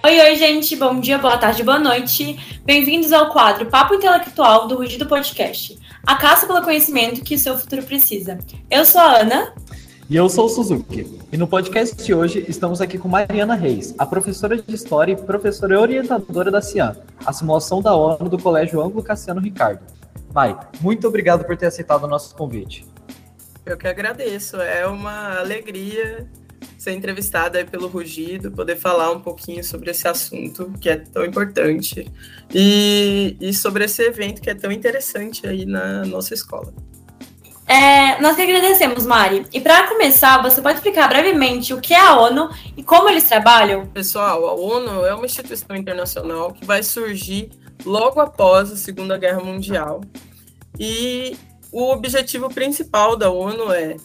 Oi, gente, bom dia, boa tarde, boa noite. Bem-vindos ao quadro Papo Intelectual do Rugido Podcast. A caça pelo conhecimento que o seu futuro precisa. Eu sou a Ana. E eu sou o Suzuki. E no podcast de hoje estamos aqui com Mariana Reis, a professora de História e professora e orientadora da CIAN, a simulação da ONU do Colégio Ângulo Cassiano Ricardo. Mai, muito obrigado por ter aceitado o nosso convite. Eu que agradeço, é uma alegria ser entrevistada aí pelo Rugido, poder falar um pouquinho sobre esse assunto que é tão importante e sobre esse evento que é tão interessante aí na nossa escola. Nós que agradecemos, Mari. E para começar, você pode explicar brevemente o que é a ONU e como eles trabalham? Pessoal, a ONU é uma instituição internacional que vai surgir logo após a Segunda Guerra Mundial. E o objetivo principal da ONU é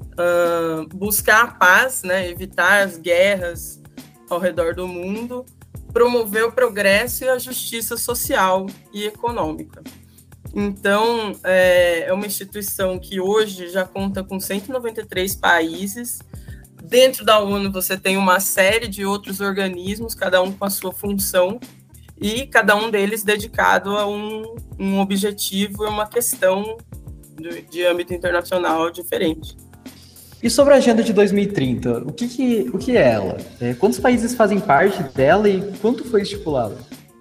buscar a paz, né, evitar as guerras ao redor do mundo, promover o progresso e a justiça social e econômica. Então, é uma instituição que hoje já conta com 193 países. Dentro da ONU você tem uma série de outros organismos, cada um com a sua função, e cada um deles dedicado a um objetivo, a uma questão de âmbito internacional diferente. E sobre a Agenda de 2030, o que é ela? Quantos países fazem parte dela e quanto foi estipulado?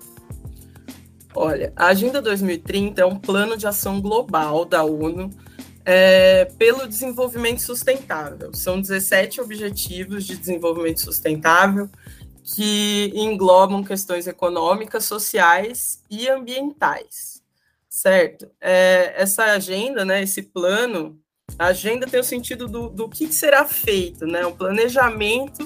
Olha, a Agenda 2030 é um plano de ação global da ONU pelo desenvolvimento sustentável. São 17 objetivos de desenvolvimento sustentável que englobam questões econômicas, sociais e ambientais, certo? Essa agenda, né, esse plano, a agenda tem o sentido do que será feito, né? Um planejamento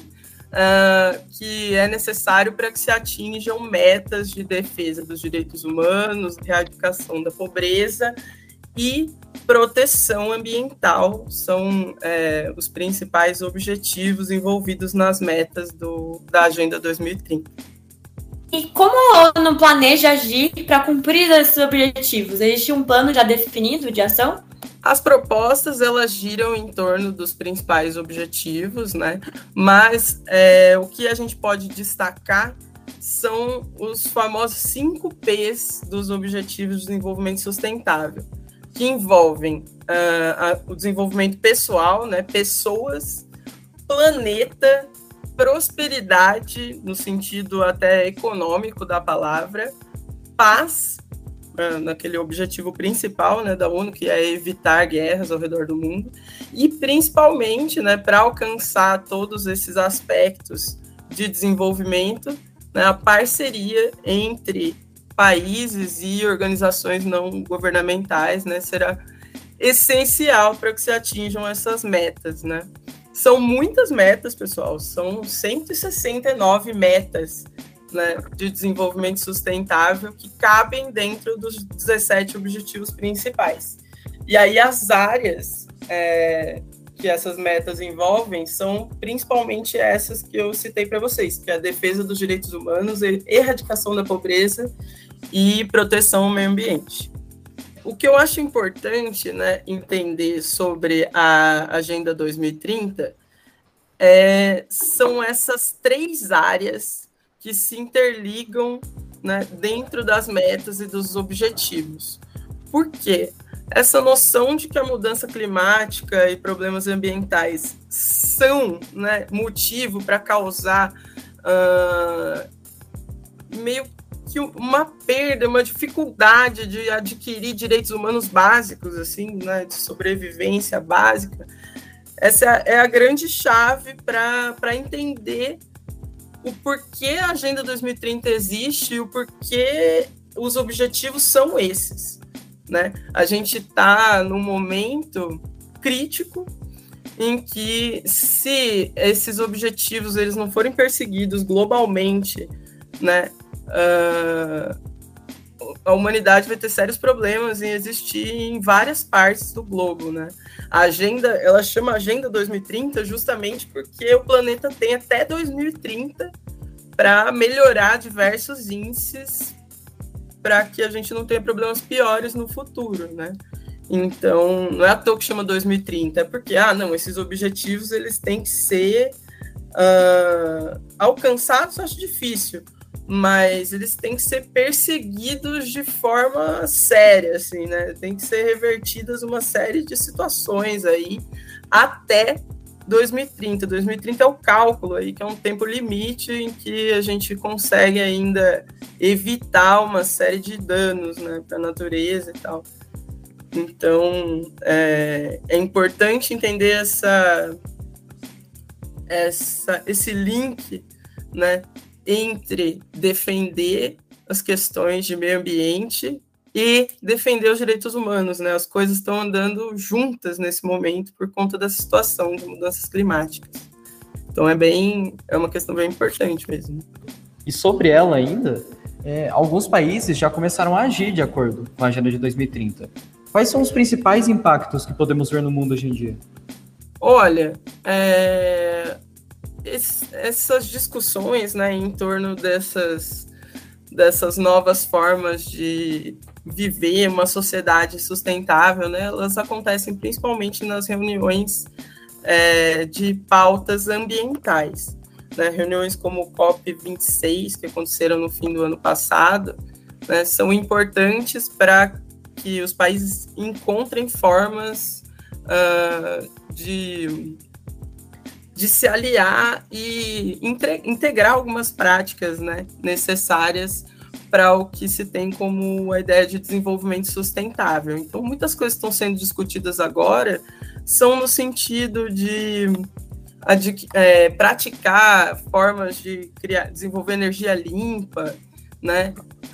que é necessário para que se atinjam metas de defesa dos direitos humanos, erradicação da pobreza e proteção ambiental. São os principais objetivos envolvidos nas metas da Agenda 2030. E como a ONU planeja agir para cumprir esses objetivos? Existe um plano já definido de ação? As propostas, elas giram em torno dos principais objetivos, né? Mas o que a gente pode destacar são os famosos 5 P's dos Objetivos de Desenvolvimento Sustentável, que envolvem o desenvolvimento pessoal, né? Pessoas, planeta, prosperidade, no sentido até econômico da palavra, paz, naquele objetivo principal, né, da ONU, que é evitar guerras ao redor do mundo, e principalmente, né, para alcançar todos esses aspectos de desenvolvimento, né, a parceria entre países e organizações não governamentais, né, será essencial para que se atinjam essas metas, né. São muitas metas, pessoal, são 169 metas, né, de desenvolvimento sustentável que cabem dentro dos 17 objetivos principais. E aí as áreas que essas metas envolvem são principalmente essas que eu citei para vocês, que é a defesa dos direitos humanos, erradicação da pobreza e proteção ao meio ambiente. O que eu acho importante, né, entender sobre a Agenda 2030 são essas 3 áreas que se interligam, né, dentro das metas e dos objetivos. Por quê? Essa noção de que a mudança climática e problemas ambientais são, né, motivo para causar meio que uma perda, uma dificuldade de adquirir direitos humanos básicos, assim, né, de sobrevivência básica. Essa é a grande chave para entender o porquê a Agenda 2030 existe e o porquê os objetivos são esses, né? A gente está num momento crítico em que, se esses objetivos eles não forem perseguidos globalmente, né, a humanidade vai ter sérios problemas em existir em várias partes do globo, né? A agenda, ela chama Agenda 2030 justamente porque o planeta tem até 2030 para melhorar diversos índices para que a gente não tenha problemas piores no futuro, né? Então, não é à toa que chama 2030, é porque, esses objetivos eles têm que ser alcançados, acho difícil, mas eles têm que ser perseguidos de forma séria, assim, né? Tem que ser revertidas uma série de situações aí até 2030. 2030 é o cálculo aí, que é um tempo limite em que a gente consegue ainda evitar uma série de danos, né, para a natureza e tal. Então, é importante entender esse link, né, entre defender as questões de meio ambiente e defender os direitos humanos, né? As coisas estão andando juntas nesse momento por conta da situação de mudanças climáticas. Então é uma questão bem importante mesmo. E sobre ela ainda, alguns países já começaram a agir de acordo com a Agenda de 2030. Quais são os principais impactos que podemos ver no mundo hoje em dia? Olha, essas discussões, né, em torno dessas novas formas de viver uma sociedade sustentável, né, elas acontecem principalmente nas reuniões de pautas ambientais, né, reuniões como o COP26, que aconteceram no fim do ano passado, né, são importantes para que os países encontrem formas de se aliar e integrar algumas práticas, né, necessárias para o que se tem como a ideia de desenvolvimento sustentável. Então, muitas coisas que estão sendo discutidas agora são no sentido de praticar formas de desenvolver energia limpa, né?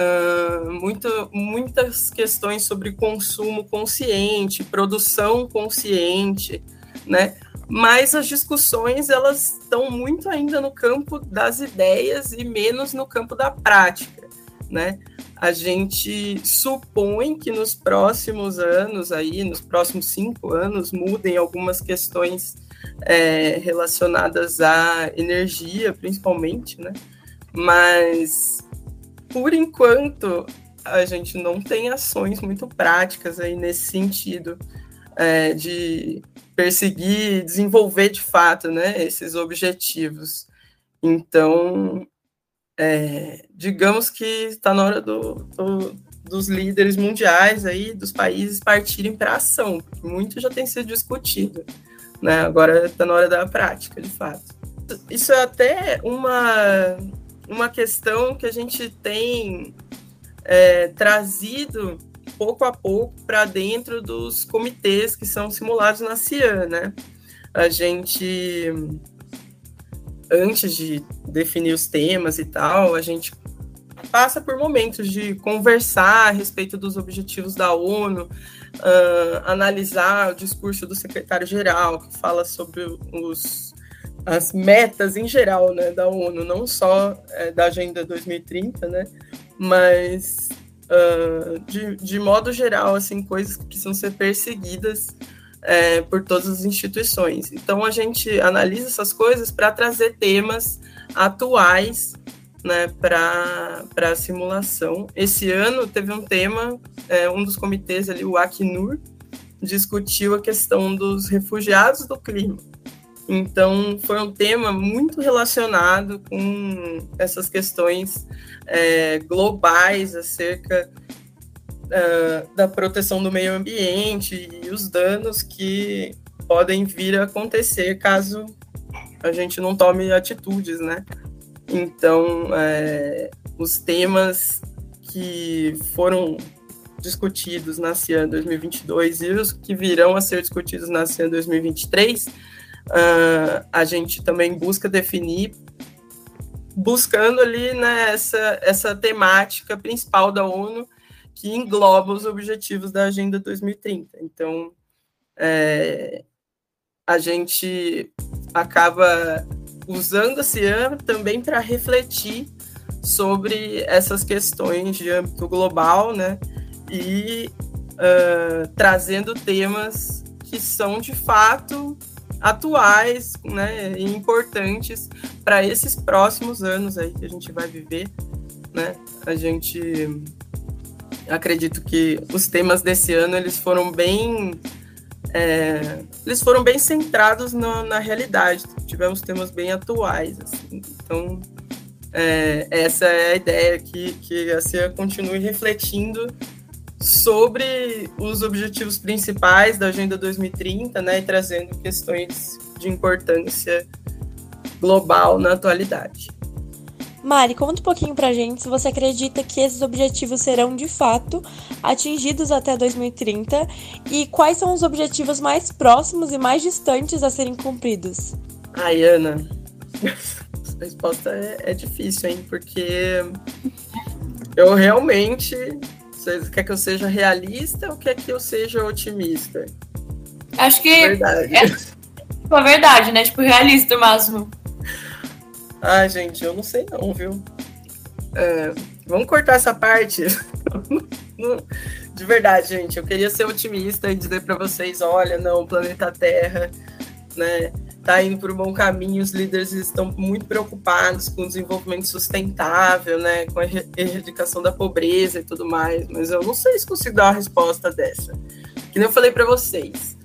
Muitas questões sobre consumo consciente, produção consciente, né? Mas as discussões, elas estão muito ainda no campo das ideias e menos no campo da prática, né? A gente supõe que nos próximos anos, nos próximos 5 anos, mudem algumas questões relacionadas à energia, principalmente, né? Mas, por enquanto, a gente não tem ações muito práticas aí nesse sentido, de perseguir e desenvolver de fato, né, esses objetivos. Então, digamos que está na hora dos líderes mundiais aí, dos países partirem para a ação, porque muito já tem sido discutido, né? Agora está na hora da prática, de fato. Isso é até uma questão que a gente tem trazido pouco a pouco para dentro dos comitês que são simulados na Cian, né? A gente, antes de definir os temas e tal, a gente passa por momentos de conversar a respeito dos objetivos da ONU, analisar o discurso do secretário-geral, que fala sobre as metas em geral, né, da ONU, não só da Agenda 2030, né, mas de modo geral, assim, coisas que precisam ser perseguidas por todas as instituições. Então, a gente analisa essas coisas para trazer temas atuais, né, para a simulação. Esse ano teve um tema, um dos comitês ali, o Acnur, discutiu a questão dos refugiados do clima. Então, foi um tema muito relacionado com essas questões globais acerca da proteção do meio ambiente e os danos que podem vir a acontecer caso a gente não tome atitudes, né? Então, os temas que foram discutidos na Cian 2022 e os que virão a ser discutidos na Cian 2023, a gente também busca definir, buscando ali, né, essa temática principal da ONU que engloba os objetivos da Agenda 2030. Então, a gente acaba usando a Cian também para refletir sobre essas questões de âmbito global, né, e trazendo temas que são, de fato, atuais, né, e importantes para esses próximos anos aí que a gente vai viver, né? Acredito que os temas desse ano, eles foram bem eles foram bem centrados na realidade, tivemos temas bem atuais, assim. Então, essa é a ideia, que a CIA continue refletindo sobre os objetivos principais da Agenda 2030, né, e trazendo questões de importância global na atualidade. Mari, conta um pouquinho pra gente se você acredita que esses objetivos serão, de fato, atingidos até 2030 e quais são os objetivos mais próximos e mais distantes a serem cumpridos. Ai, Ana, a resposta é difícil, hein? Porque eu realmente... Você quer que eu seja realista ou quer que eu seja otimista? Acho que verdade. É verdade, né? Tipo, realista máximo. Ai, gente, eu não sei não, viu? Vamos cortar essa parte. De verdade, gente, eu queria ser otimista e dizer para vocês, olha, não, o planeta Terra, né, tá indo por um bom caminho, os líderes estão muito preocupados com o desenvolvimento sustentável, né, com a erradicação da pobreza e tudo mais, mas eu não sei se consigo dar uma resposta dessa. Que nem eu falei para vocês,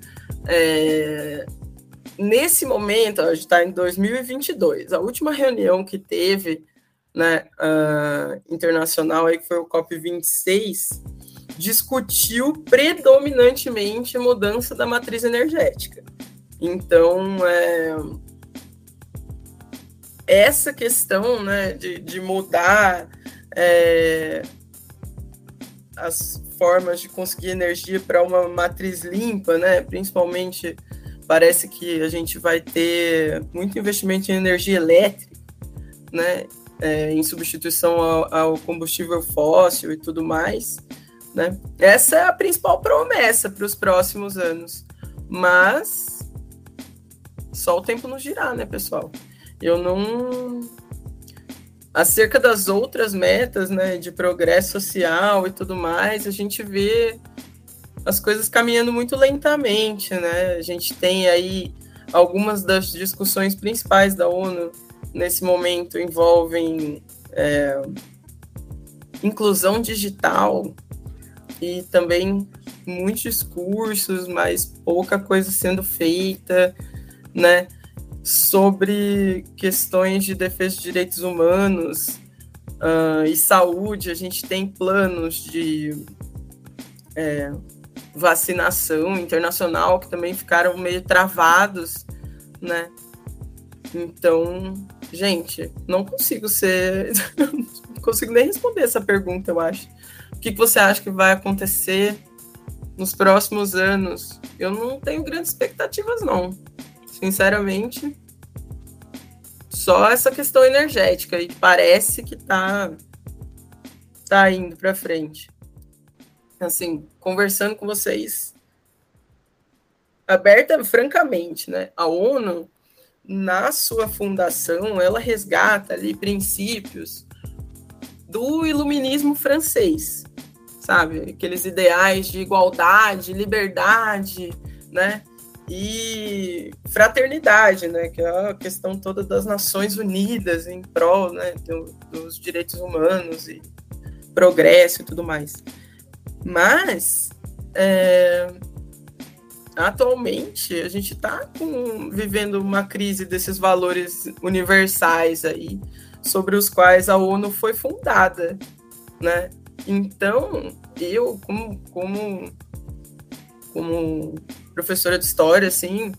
nesse momento, a gente está em 2022, a última reunião que teve, né, internacional, aí, que foi o COP26, discutiu predominantemente a mudança da matriz energética. Então, essa questão, né, de mudar as formas de conseguir energia para uma matriz limpa, né, principalmente parece que a gente vai ter muito investimento em energia elétrica, né, em substituição ao combustível fóssil e tudo mais, né? Essa é a principal promessa para os próximos anos, mas só o tempo nos dirá, né, pessoal? Acerca das outras metas, né, de progresso social e tudo mais, a gente vê as coisas caminhando muito lentamente, né? A gente tem aí algumas das discussões principais da ONU nesse momento envolvem inclusão digital e também muitos discursos, mas pouca coisa sendo feita, né? Sobre questões de defesa de direitos humanos e saúde. A gente tem planos de vacinação internacional que também ficaram meio travados, né? Então, gente, não consigo nem responder essa pergunta, eu acho. O que você acha que vai acontecer nos próximos anos? Eu não tenho grandes expectativas, não. Sinceramente, só essa questão energética, e parece que tá indo para frente. Assim, conversando com vocês francamente, né? A ONU, na sua fundação, ela resgata ali princípios do iluminismo francês, sabe? Aqueles ideais de igualdade, liberdade, né? E fraternidade, né? Que é a questão toda das Nações Unidas em prol, né, dos direitos humanos e progresso e tudo mais. Mas, atualmente, a gente está vivendo uma crise desses valores universais aí, sobre os quais a ONU foi fundada, né? Então, eu, como professora de história, assim,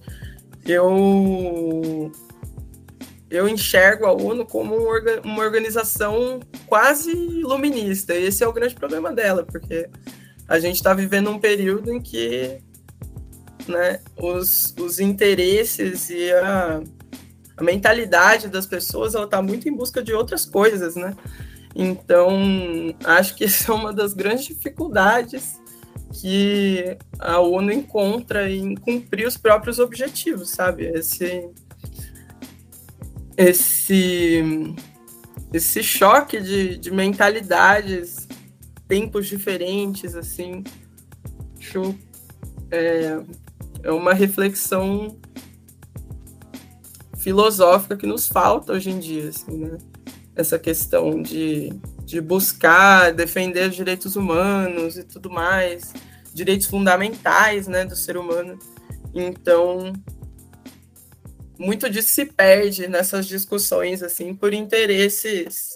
eu enxergo a ONU como uma organização quase iluminista. E esse é o grande problema dela, porque a gente está vivendo um período em que, né, os interesses e a mentalidade das pessoas, ela está muito em busca de outras coisas, né? Então, acho que essa é uma das grandes dificuldades que a ONU encontra em cumprir os próprios objetivos, sabe? Esse choque de mentalidades, tempos diferentes, assim, acho, é uma reflexão filosófica que nos falta hoje em dia, assim, né? Essa questão de buscar defender os direitos humanos e tudo mais, direitos fundamentais, né, do ser humano. Então, muito disso se perde nessas discussões, assim, por interesses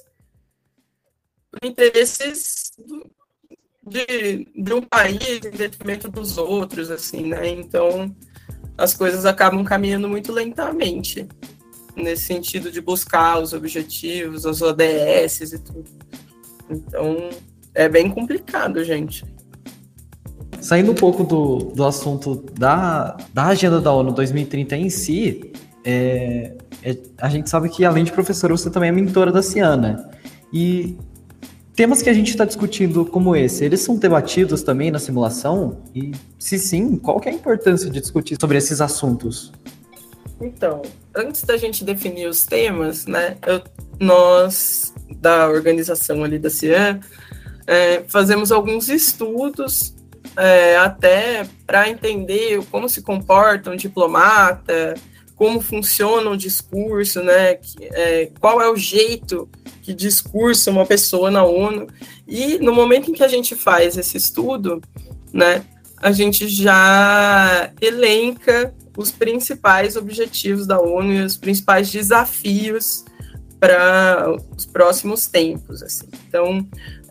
de um país em detrimento dos outros, assim, né? Então, as coisas acabam caminhando muito lentamente, nesse sentido de buscar os objetivos, os ODS e tudo. Então, é bem complicado, gente. Saindo um pouco do assunto da Agenda da ONU 2030 em si, a gente sabe que, além de professora, você também é mentora da Ciana. E temas que a gente está discutindo como esse, eles são debatidos também na simulação? E, se sim, qual que é a importância de discutir sobre esses assuntos? Então, antes da gente definir os temas, né, nós, da organização ali da Cian, fazemos alguns estudos até para entender como se comporta um diplomata, como funciona o discurso, né, qual é o jeito que discursa uma pessoa na ONU. E no momento em que a gente faz esse estudo, né, a gente já elenca os principais objetivos da ONU e os principais desafios para os próximos tempos, assim. Então,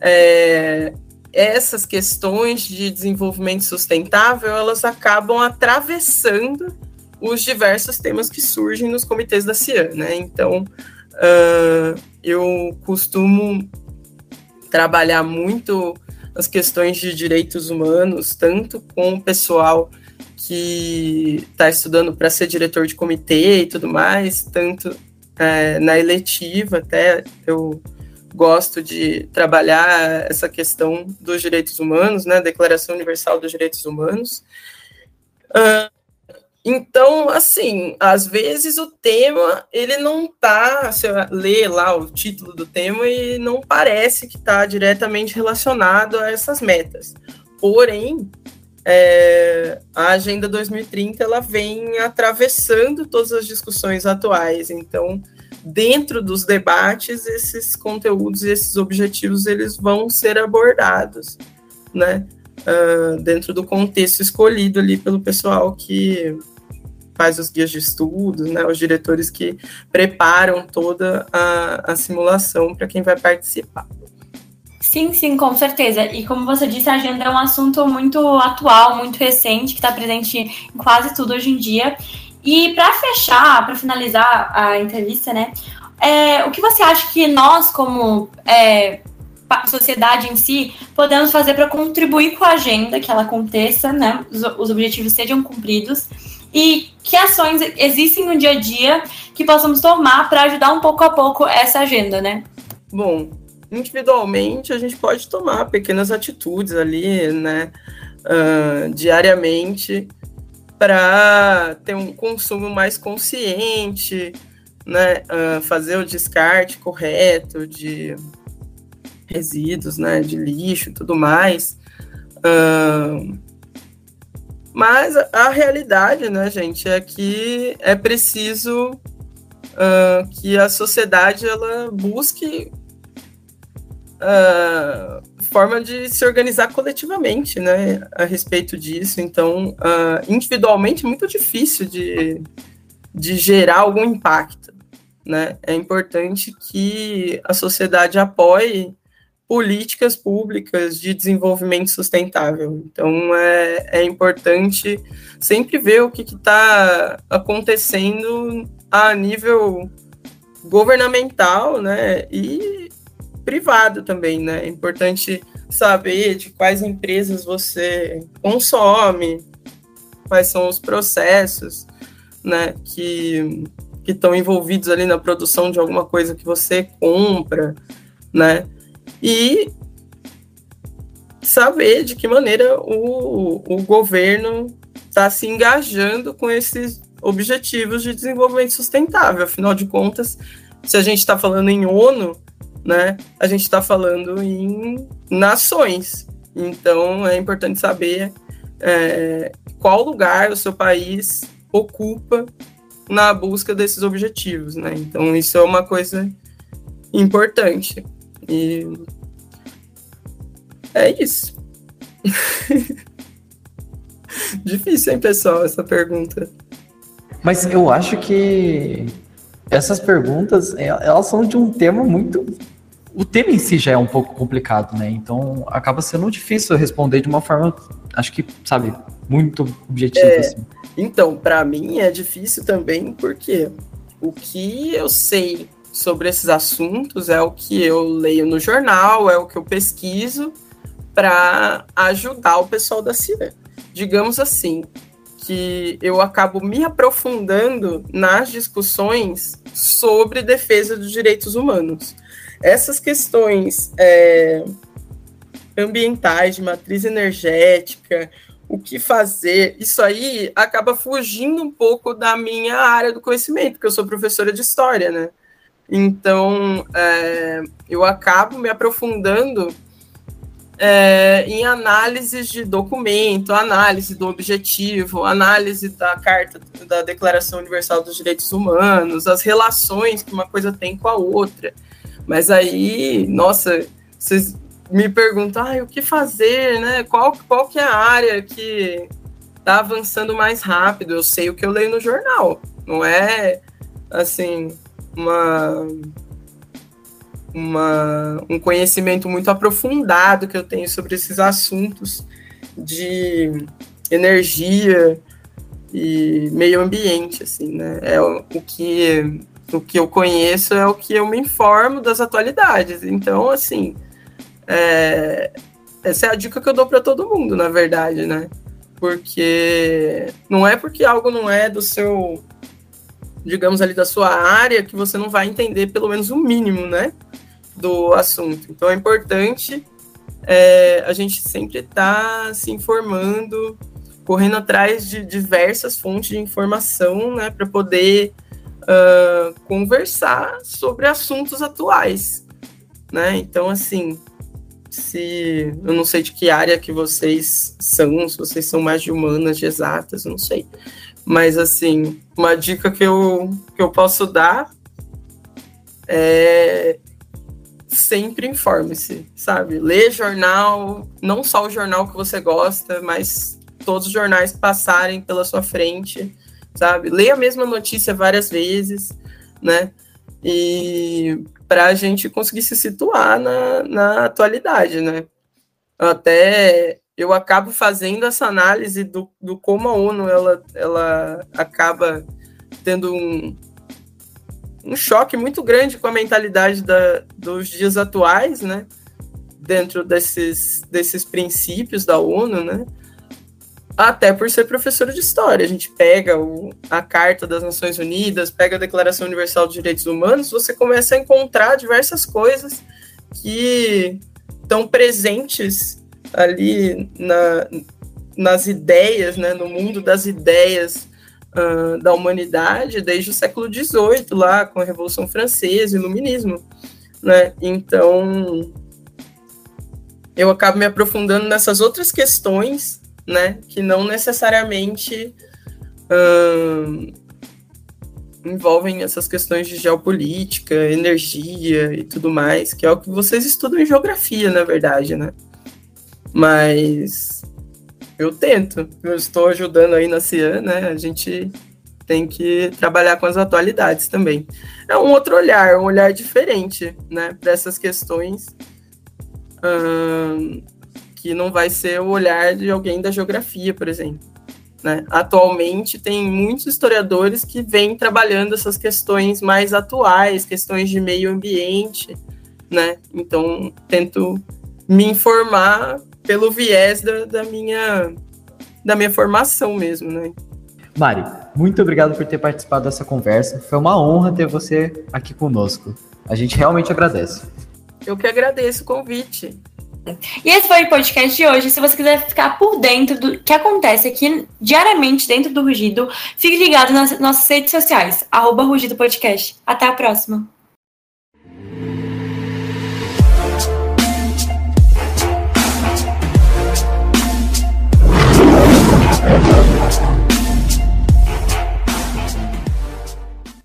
essas questões de desenvolvimento sustentável, elas acabam atravessando os diversos temas que surgem nos comitês da Cian, né? Então, eu costumo trabalhar muito as questões de direitos humanos, tanto com o pessoal que está estudando para ser diretor de comitê e tudo mais, tanto na eletiva, até eu gosto de trabalhar essa questão dos direitos humanos, né, Declaração Universal dos Direitos Humanos. Então, assim, às vezes o tema, ele não está, você lê lá o título do tema e não parece que está diretamente relacionado a essas metas. Porém, a Agenda 2030, ela vem atravessando todas as discussões atuais. Então, dentro dos debates, esses conteúdos e esses objetivos, eles vão ser abordados, né? Dentro do contexto escolhido ali pelo pessoal que faz os guias de estudos, né, os diretores que preparam toda a simulação para quem vai participar. Sim, com certeza. E como você disse, a agenda é um assunto muito atual, muito recente, que está presente em quase tudo hoje em dia. E para fechar, para finalizar a entrevista, né, o que você acha que nós, como sociedade em si, podemos fazer para contribuir com a agenda, que ela aconteça, né, os objetivos sejam cumpridos? E que ações existem no dia a dia que possamos tomar para ajudar um pouco a pouco essa agenda, né? Bom, individualmente a gente pode tomar pequenas atitudes ali, né, diariamente, para ter um consumo mais consciente, né, fazer o descarte correto de resíduos, né, de lixo e tudo mais. Mas a realidade, né, gente, é que é preciso que a sociedade ela busque forma de se organizar coletivamente, né, a respeito disso. Então, individualmente é muito difícil de gerar algum impacto, né? É importante que a sociedade apoie políticas públicas de desenvolvimento sustentável. Então, é importante sempre ver o que está acontecendo a nível governamental, né, e privado também, né? É importante saber de quais empresas você consome, quais são os processos, né, que estão envolvidos ali na produção de alguma coisa que você compra, né? E saber de que maneira o governo está se engajando com esses objetivos de desenvolvimento sustentável. Afinal de contas, se a gente está falando em ONU, né, a gente está falando em nações. Então, é importante saber qual lugar o seu país ocupa na busca desses objetivos, né? Então, isso é uma coisa importante. E é isso. Difícil, hein, pessoal, essa pergunta. Mas eu acho que essas perguntas, elas são de um tema muito... O tema em si já é um pouco complicado, né? Então, acaba sendo difícil responder de uma forma, acho que, sabe, muito objetiva, assim. Então, para mim é difícil também, porque o que eu sei sobre esses assuntos é o que eu leio no jornal, é o que eu pesquiso para ajudar o pessoal da CIAN. Digamos assim, que eu acabo me aprofundando nas discussões sobre defesa dos direitos humanos. Essas questões ambientais, de matriz energética, o que fazer, isso aí acaba fugindo um pouco da minha área do conhecimento, porque eu sou professora de história, né? Então, eu acabo me aprofundando em análises de documento, análise do objetivo, análise da Carta da Declaração Universal dos Direitos Humanos, as relações que uma coisa tem com a outra. Mas aí, nossa, vocês me perguntam, o que fazer, né? Qual que é a área que está avançando mais rápido? Eu sei o que eu leio no jornal, não é, assim, um conhecimento muito aprofundado que eu tenho sobre esses assuntos de energia e meio ambiente, assim, né? O que eu conheço é o que eu me informo das atualidades. Então, assim, essa é a dica que eu dou para todo mundo, na verdade, né? Porque não é porque algo não é do seu, digamos ali, da sua área, que você não vai entender pelo menos o mínimo, né, do assunto. Então é importante a gente sempre estar se informando, correndo atrás de diversas fontes de informação, né, para poder conversar sobre assuntos atuais, né? Então, assim, eu não sei de que área que vocês são, se vocês são mais de humanas, de exatas, eu não sei. Mas, assim, uma dica que eu posso dar é sempre informe-se, sabe? Lê jornal, não só o jornal que você gosta, mas todos os jornais que passarem pela sua frente, sabe? Lê a mesma notícia várias vezes, né? E para a gente conseguir se situar na atualidade, né? Eu acabo fazendo essa análise do como a ONU ela acaba tendo um choque muito grande com a mentalidade dos dias atuais, né? Dentro desses princípios da ONU, né? Até por ser professora de história. A gente pega a Carta das Nações Unidas, pega a Declaração Universal dos Direitos Humanos, você começa a encontrar diversas coisas que estão presentes ali nas ideias, né, no mundo das ideias da humanidade desde o século XVIII, lá com a Revolução Francesa, o Iluminismo, né? Então, eu acabo me aprofundando nessas outras questões, né, que não necessariamente envolvem essas questões de geopolítica, energia e tudo mais, que é o que vocês estudam em geografia, na verdade, né? Mas eu estou ajudando aí na CIAN, né? A gente tem que trabalhar com as atualidades também. É um outro olhar, um olhar diferente, né, para essas questões, que não vai ser o olhar de alguém da geografia, por exemplo, né? Atualmente tem muitos historiadores que vêm trabalhando essas questões mais atuais, questões de meio ambiente, né? Então, tento me informar pelo viés da minha formação mesmo, né? Mari, muito obrigado por ter participado dessa conversa. Foi uma honra ter você aqui conosco. A gente realmente agradece. Eu que agradeço o convite. E esse foi o podcast de hoje. Se você quiser ficar por dentro do que acontece aqui diariamente dentro do Rugido, fique ligado nas nossas redes sociais, @Rugido Podcast. Até a próxima!